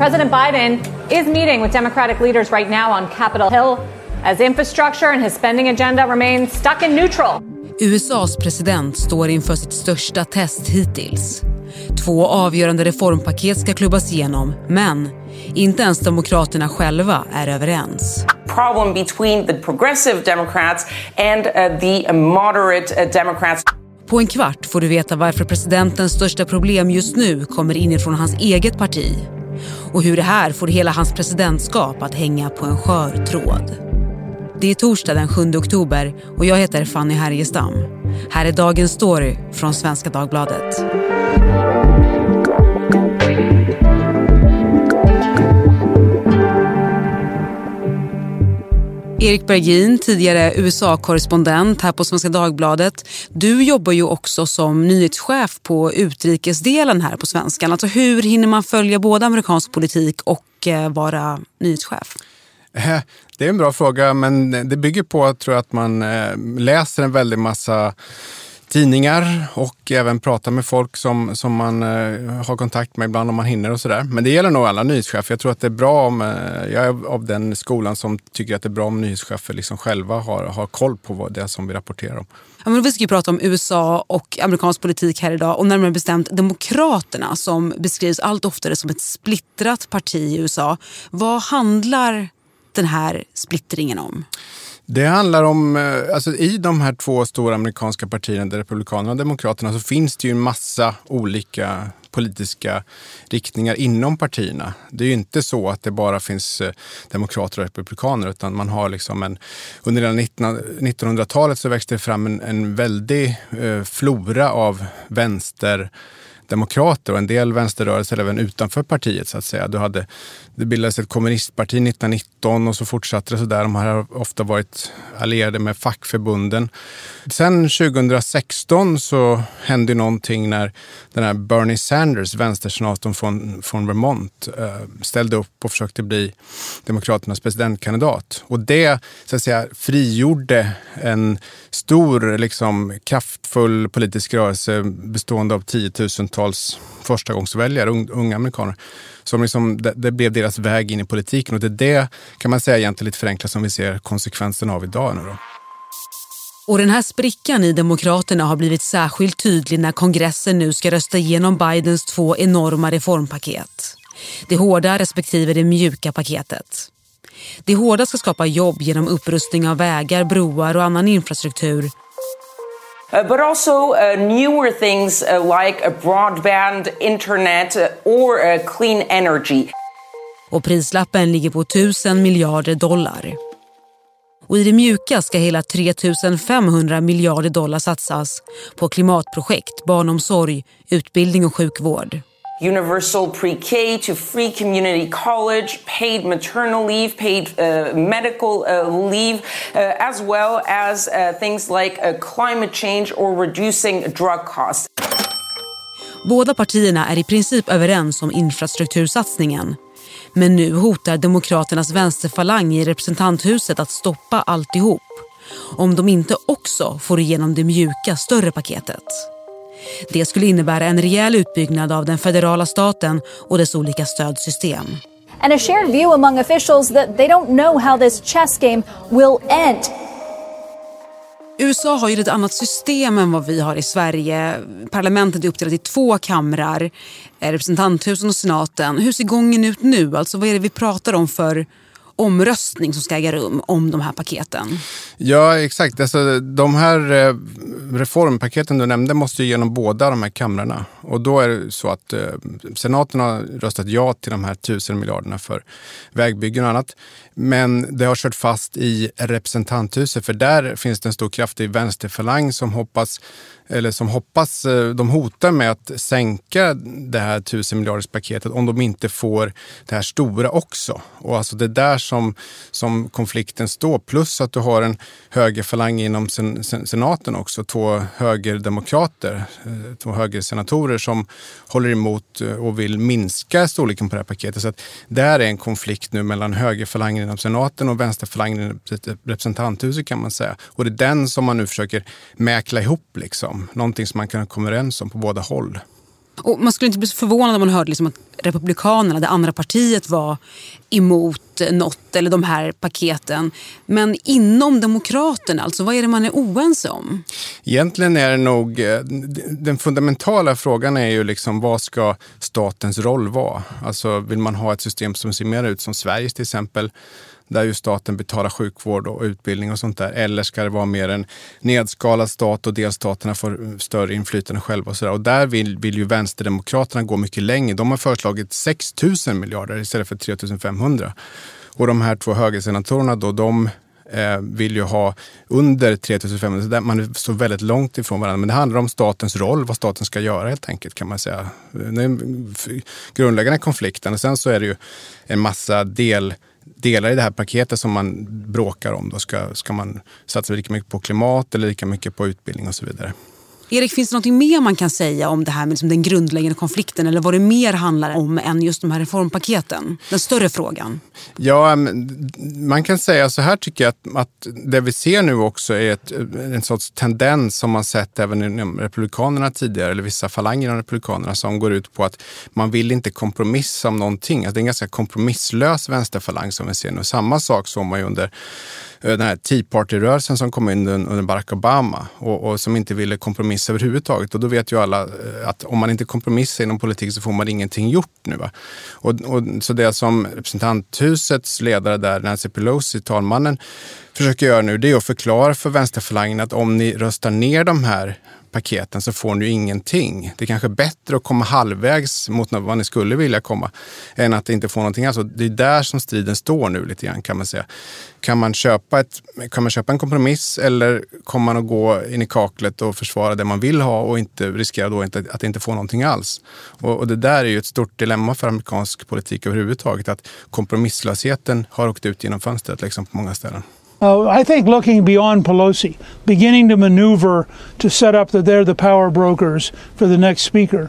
President Biden is meeting with Democratic leaders right now on Capitol Hill as infrastructure and his spending agenda remain stuck in neutral. USAs president står inför sitt största test hittills. 2 avgörande reformpaket ska klubbas igenom, men inte ens demokraterna själva är överens. Problem between the progressive Democrats and the moderate Democrats. På en kvart får du veta varför presidentens största problem just nu kommer inifrån hans eget parti. Och hur det här får hela hans presidentskap att hänga på en skör tråd. Det är torsdag den 7 oktober och jag heter Fanny Härgestam. Här är dagens story från Svenska Dagbladet. Erik Bergin, tidigare USA-korrespondent här på Svenska Dagbladet. Du jobbar ju också som nyhetschef på utrikesdelen här på Svenskan. Alltså hur hinner man följa både amerikansk politik och vara nyhetschef? Det är en bra fråga, men det bygger på tror jag, att man läser en väldig massa tidningar och även pratar med folk som man har kontakt med ibland om man hinner och sådär. Men det gäller nog alla nyhetschefer. Jag tror att det är bra om, jag är av den skolan som tycker att det är bra om nyhetschefer liksom själva har koll på vad det är som vi rapporterar om. Ja, men vi ska ju prata om USA och amerikansk politik här idag och närmare bestämt Demokraterna som beskrivs allt oftare som ett splittrat parti i USA. Vad handlar den här splittringen om? Det handlar om, alltså i de här 2 stora amerikanska partierna, där Republikanerna och Demokraterna, så finns det ju en massa olika politiska riktningar inom partierna. Det är ju inte så att det bara finns demokrater och republikaner, utan man har liksom under 1900-talet så växte det fram en väldig flora av vänsterdemokrater och en del vänsterrörelser även utanför partiet så att säga. Det bildades ett kommunistparti 1919 och så fortsatte det så där. De har ofta varit allierade med fackförbunden. Sen 2016 så hände någonting när den här Bernie Sanders, vänstersenatorn från Vermont, ställde upp och försökte bli demokraternas presidentkandidat. Och det så att säga frigjorde en stor liksom kraftfull politisk rörelse bestående av 10 000-tals förstagångsväljare, unga amerikaner, som liksom, det blev deras väg in i politiken. Och det kan man säga egentligen lite förenklat som vi ser konsekvenserna av idag nu då. Och den här sprickan i Demokraterna har blivit särskilt tydlig när kongressen nu ska rösta igenom Bidens 2 enorma reformpaket. Det hårda respektive det mjuka paketet. Det hårda ska skapa jobb genom upprustning av vägar, broar och annan infrastruktur. But also newer things like a broadband, internet or clean energy. Och prislappen ligger på $1,000 miljarder. Och i det mjuka ska hela $3,500 miljarder satsas på klimatprojekt, barnomsorg, utbildning och sjukvård. Universal pre-K to free community college, paid maternal leave, paid medical leave, as well as things like climate change or reducing drug costs. Båda partierna är i princip överens om infrastruktursatsningen. Men nu hotar Demokraternas vänsterfalang i representanthuset att stoppa alltihop. Om de inte också får igenom det mjuka större paketet. Det skulle innebära en rejäl utbyggnad av den federala staten och dess olika stödsystem. And a shared view among officials that they don't know how this chess game will end. USA har ju ett annat system än vad vi har i Sverige. Parlamentet är uppdelat i 2 kamrar, representanthusen och senaten. Hur ser gången ut nu? Alltså vad är det vi pratar om för omröstning som ska äga rum om de här paketen? Ja, exakt. Alltså, de här reformpaketen du nämnde måste ju genom båda de här kamrarna. Och då är det så att senaten har röstat ja till de här 1,000 miljarderna för vägbyggen och annat. Men det har kört fast i representanthuset, för där finns det en stor kraftig vänsterfalang som hoppas, de hotar med att sänka det här 1,000 miljarders paketet om de inte får det här stora också. Och alltså det är där som konflikten står, plus att du har en högerfalang inom senaten också, 2 högerdemokrater, 2 högersenatorer som håller emot och vill minska storleken på det här paketet. Så att där är en konflikt nu mellan högerfalangen inom senaten och vänsterfalangen inom representanthuset kan man säga. Och det är den som man nu försöker mäkla ihop liksom. Någonting som man kan komma överens om på båda håll. Och man skulle inte bli så förvånad om man hörde liksom att Republikanerna, det andra partiet, var emot något eller de här paketen. Men inom Demokraterna, alltså vad är det man är oense om? Egentligen är det nog, den fundamentala frågan är ju liksom, vad ska statens roll vara? Alltså vill man ha ett system som ser mer ut som Sveriges till exempel, där ju staten betalar sjukvård och utbildning och sånt där. Eller ska det vara mer en nedskalad stat och delstaterna får större inflytande själva och sådär. Och där vill ju Vänsterdemokraterna gå mycket längre. De har föreslagit 6 000 miljarder istället för 3 500. Och de här två högersenatorerna då, de vill ju ha under 3 500. Där man är så väldigt långt ifrån varandra. Men det handlar om statens roll, vad staten ska göra helt enkelt, kan man säga. Det är en grundläggande konflikten. Och sen så är det ju en massa delar i det här paketet som man bråkar om. Då ska man satsa lika mycket på klimat eller lika mycket på utbildning och så vidare. Erik, finns det något mer man kan säga om det här med liksom den grundläggande konflikten, eller vad det mer handlar om än just de här reformpaketen? Den större frågan. Ja, man kan säga så här, tycker jag, att det vi ser nu också är en sorts tendens som man sett även inom republikanerna tidigare, eller vissa falanger av republikanerna, som går ut på att man vill inte kompromissa om någonting. Alltså det är en ganska kompromisslös vänsterfalang som vi ser nu. Samma sak som man ju under den här Tea Party-rörelsen som kom in under Barack Obama och som inte ville kompromissa överhuvudtaget. Och då vet ju alla att om man inte kompromissar inom politik så får man ingenting gjort nu. Va? Och så det som representanthusets ledare där, Nancy Pelosi, talmannen, försöker göra nu, det är att förklara för vänsterfalangen att om ni röstar ner de här paketen så får ni ju ingenting. Det är kanske bättre att komma halvvägs mot vad ni skulle vilja komma än att inte få någonting. Alltså, det är där som striden står nu lite grann, kan man säga. Kan man köpa en kompromiss, eller kommer man att gå in i kaklet och försvara det man vill ha och inte riskera då att inte få någonting alls? Och det där är ju ett stort dilemma för amerikansk politik överhuvudtaget, att kompromisslösheten har åkt ut genom fönstret liksom på många ställen. I think looking beyond Pelosi, beginning to maneuver to set up that they're the power brokers for the next speaker,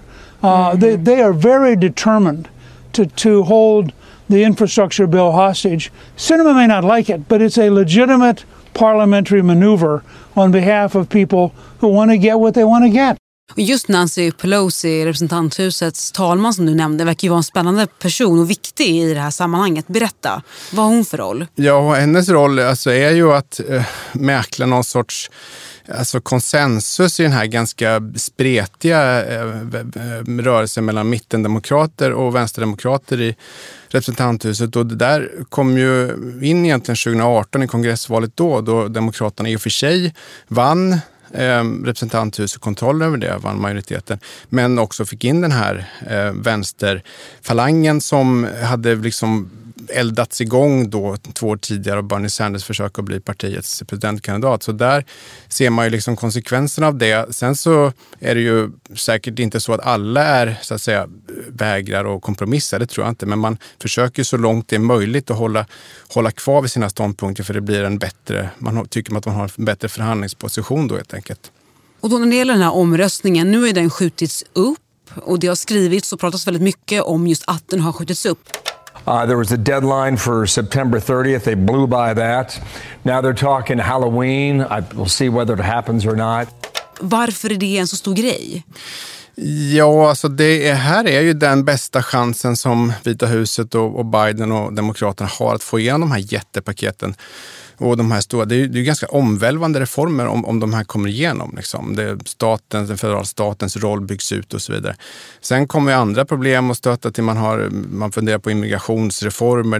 they are very determined to hold the infrastructure bill hostage. Sinema may not like it, but it's a legitimate parliamentary maneuver on behalf of people who want to get what they want to get. Just Nancy Pelosi, representanthusets talman som du nämnde, verkar ju vara en spännande person och viktig i det här sammanhanget. Berätta, vad har hon för roll? Ja, hennes roll alltså är ju att mäkla någon sorts konsensus i den här ganska spretiga rörelsen mellan mittendemokrater och vänsterdemokrater i representanthuset. Och det där kom ju in egentligen 2018 i kongressvalet då demokraterna i och för sig vann representanthuset kontroll över det, vann majoriteten, men också fick in den här vänsterfalangen som hade liksom eldats igång då 2 år tidigare av Bernie Sanders försök att bli partiets presidentkandidat. Så där ser man ju liksom konsekvenserna av det. Sen så är det ju säkert inte så att alla är, så att säga, vägrar och kompromissar, det tror jag inte. Men man försöker så långt det är möjligt att hålla kvar vid sina ståndpunkter, för det blir en bättre, tycker att man har en bättre förhandlingsposition då helt enkelt. Och då när det gäller den här omröstningen, nu är den skjutits upp och det har skrivits och pratats väldigt mycket om just att den har skjutits upp. There was a deadline for September 30th. They blew by that. Now they're talking Halloween. We'll see whether it happens or not. Varför är det en så stor grej? Ja, alltså här är ju den bästa chansen som Vita huset och Biden och demokraterna har att få igenom de här jättepaketen. Och de här stora, det är ju ganska omvälvande reformer om de här kommer igenom. Liksom. Den federala statens roll byggs ut och så vidare. Sen kommer ju andra problem att stöta till man funderar på immigrationsreformer.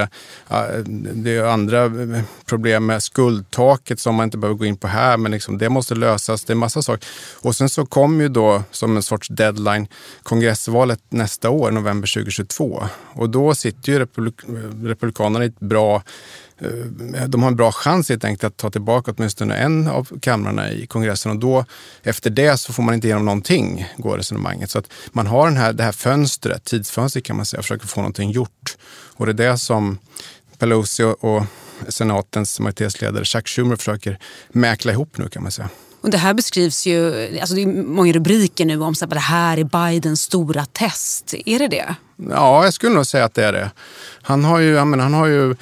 Det är andra problem med skuldtaket som man inte behöver gå in på här, men liksom, det måste lösas. Det är en massa saker. Och sen så kommer ju då som en sorts deadline kongressvalet nästa år, november 2022. Och då sitter ju republikanerna i ett bra... De har en bra chans helt enkelt att ta tillbaka åtminstone en av kamrarna i kongressen, och då efter det så får man inte igenom någonting, går resonemanget. Så att man har det här fönstret, tidsfönstret kan man säga, försöker få någonting gjort. Och det är det som Pelosi och senatens majoritetsledare Chuck Schumer försöker mäkla ihop nu, kan man säga. Och det här beskrivs ju, alltså det är många rubriker nu om att det här är Bidens stora test. Är det det? Ja, jag skulle nog säga att det är det. Han har ju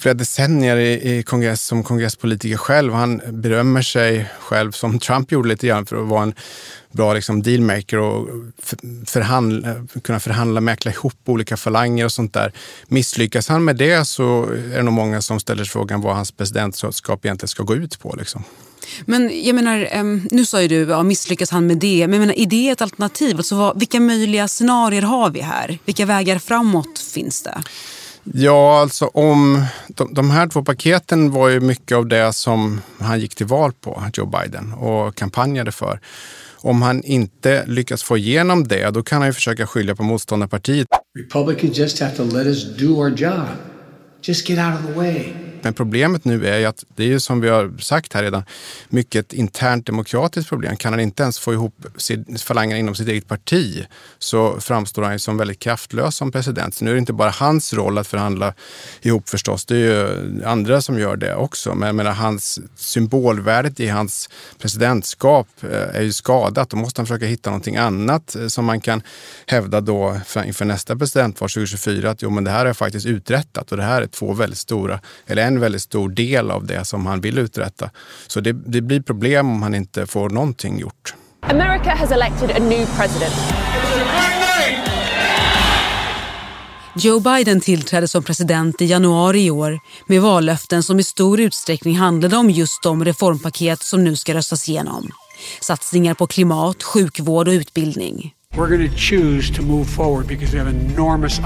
flera decennier i kongress som kongresspolitiker själv. Han berömmer sig själv som Trump gjorde lite grann för att vara en bra liksom dealmaker och kunna förhandla, mäkla ihop olika falanger och sånt där. Misslyckas han med det så är det nog många som ställer frågan vad hans presidentskap egentligen ska gå ut på liksom. Men jag menar, nu sa ju du, misslyckas han med det. Men jag menar, är det ett alternativ? Alltså, vilka möjliga scenarier har vi här? Vilka vägar framåt finns det? Ja, alltså om de här 2 paketen var ju mycket av det som han gick till val på, Joe Biden, och kampanjade för. Om han inte lyckas få igenom det, då kan han ju försöka skylla på motståndarpartiet. Republicans just have to let us do our job. Just get out of the way. Men problemet nu är ju att det är ju som vi har sagt här redan mycket ett internt demokratiskt problem. Kan han inte ens få ihop falangerna inom sitt eget parti så framstår han ju som väldigt kraftlös som president. Så nu är det inte bara hans roll att förhandla ihop förstås. Det är ju andra som gör det också. Men jag menar, hans symbolvärdet i hans presidentskap är ju skadat. Då måste han försöka hitta någonting annat som man kan hävda då inför nästa presidentval 2024 att jo, men det här är faktiskt uträttat och det här är 2 väldigt stora, eller en väldigt stor del av det som han vill uträtta. Så det blir problem om han inte får någonting gjort. America has elected a new president. Joe Biden tillträdde som president i januari i år med vallöften som i stor utsträckning handlade om just de reformpaket som nu ska röstas igenom. Satsningar på klimat, sjukvård och utbildning. We're going to choose to move forward because we have enormous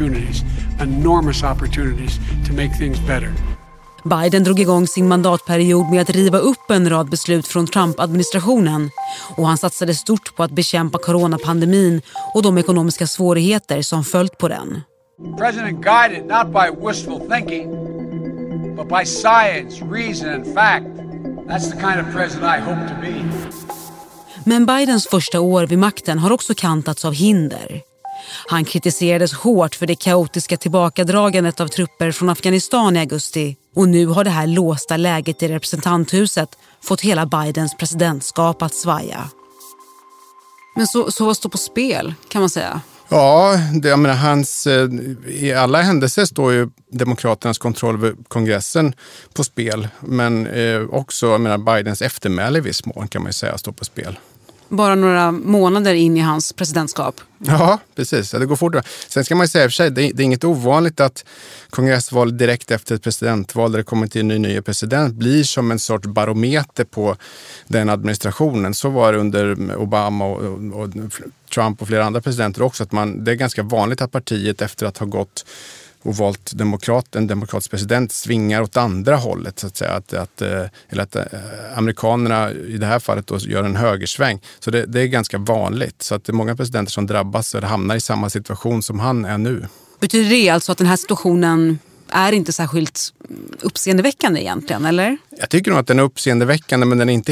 opportunities to make things better. Biden drog igång sin mandatperiod med att riva upp en rad beslut från Trump-administrationen och han satsade stort på att bekämpa coronapandemin och de ekonomiska svårigheter som följt på den. President guided not by wishful thinking, but by science, reason and fact. That's the kind of president I hope to be. Men Bidens första år vid makten har också kantats av hinder. Han kritiserades hårt för det kaotiska tillbakadragandet av trupper från Afghanistan i augusti. Och nu har det här låsta läget i representanthuset fått hela Bidens presidentskap att svaja. Men så vad står på spel, kan man säga? Ja, jag menar, i alla händelser står ju demokraternas kontroll över kongressen på spel. Men också jag menar, Bidens eftermäle i viss mån kan man ju säga står på spel. Bara några månader in i hans presidentskap. Ja, precis. Det går fort. Sen ska man ju säga för sig, det är inget ovanligt att kongressval direkt efter ett presidentval där det kommer till en ny president blir som en sorts barometer på den administrationen. Så var det under Obama och Trump och flera andra presidenter också. Att det är ganska vanligt att partiet efter att ha gått och valt en demokratisk president svingar åt andra hållet så att säga. Eller att amerikanerna i det här fallet då gör en högersväng. Så det är ganska vanligt. Så att det är många presidenter som drabbas eller hamnar i samma situation som han är nu. Betyder det alltså att den här situationen är inte särskilt uppseendeväckande egentligen, eller? Jag tycker nog att den är uppseendeväckande, men den är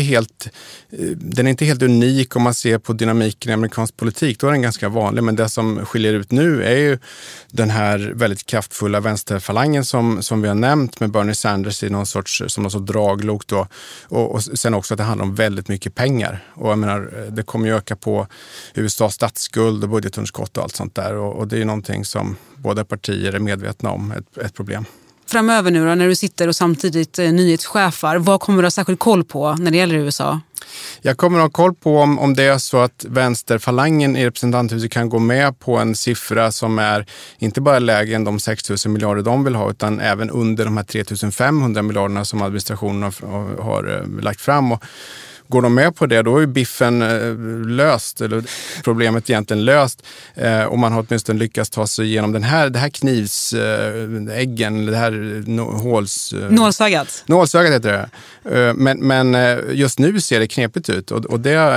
inte helt unik om man ser på dynamiken i amerikansk politik. Då är den ganska vanlig, men det som skiljer ut nu är ju den här väldigt kraftfulla vänsterfalangen som vi har nämnt med Bernie Sanders som någon sorts draglok då. Och sen också att det handlar om väldigt mycket pengar. Och jag menar, det kommer ju öka på USAs statsskuld och budgetunderskott och allt sånt där. Och det är ju någonting som båda partier är medvetna om, ett problem. Framöver nu då, när du sitter och samtidigt nyhetschefar, vad kommer du ha särskilt koll på när det gäller USA? Jag kommer att ha koll på om det är så att vänsterfalangen i representanthuset kan gå med på en siffra som är inte bara lägre än de 6 000 miljarder de vill ha, utan även under de här 3 500 miljarderna som administrationen har lagt fram. Och går de med på det, då är biffen löst, eller problemet egentligen löst. Och man har åtminstone lyckats ta sig igenom det här knivsäggen, det här nålsögat. Nålsögat heter det. Men just nu ser det knepigt ut och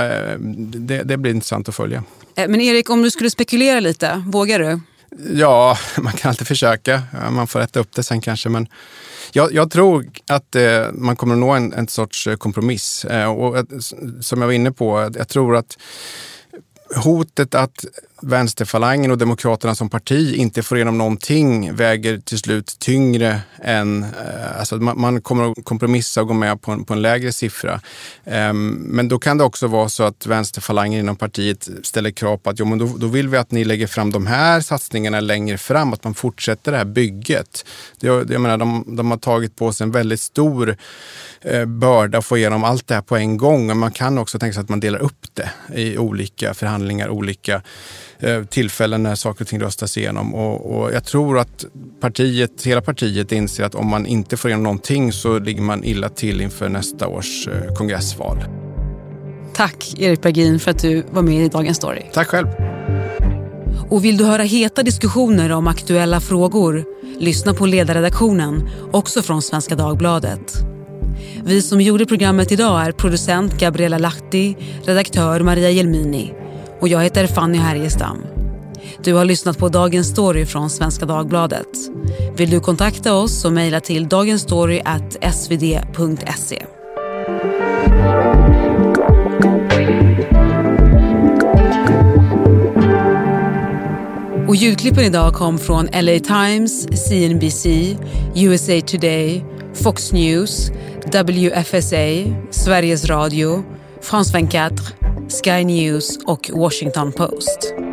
det blir intressant att följa. Men Erik, om du skulle spekulera lite, vågar du? Ja, man kan alltid försöka. Man får rätta upp det sen kanske, men jag tror att man kommer att nå en sorts kompromiss. Och som jag var inne på, jag tror att hotet att vänsterfalangen och demokraterna som parti inte får igenom någonting väger till slut tyngre än, alltså man kommer att kompromissa och gå med på en lägre siffra. Men då kan det också vara så att vänsterfalangen inom partiet ställer krav på att men då vill vi att ni lägger fram de här satsningarna längre fram, att man fortsätter det här bygget. Jag menar, de har tagit på sig en väldigt stor börda att få igenom allt det här på en gång. Men man kan också tänka sig att man delar upp det i olika förhandlingar, olika tillfällen när saker och ting röstas igenom. Och jag tror att hela partiet inser att om man inte får igenom någonting så ligger man illa till inför nästa års kongressval. Tack Erik Bergin för att du var med i Dagens Story. Tack själv. Och vill du höra heta diskussioner om aktuella frågor, lyssna på ledarredaktionen, också från Svenska Dagbladet. Vi som gjorde programmet idag är producent Gabriella Lahti, redaktör Maria Jelmini och jag heter Fanny Härgestam. Du har lyssnat på Dagens Story från Svenska Dagbladet. Vill du kontakta oss så mejla till dagensstory@svd.se. Och ljudklippen idag kom från LA Times, CNBC, USA Today, Fox News, WFSA, Sveriges Radio, France 24, Sky News och Washington Post.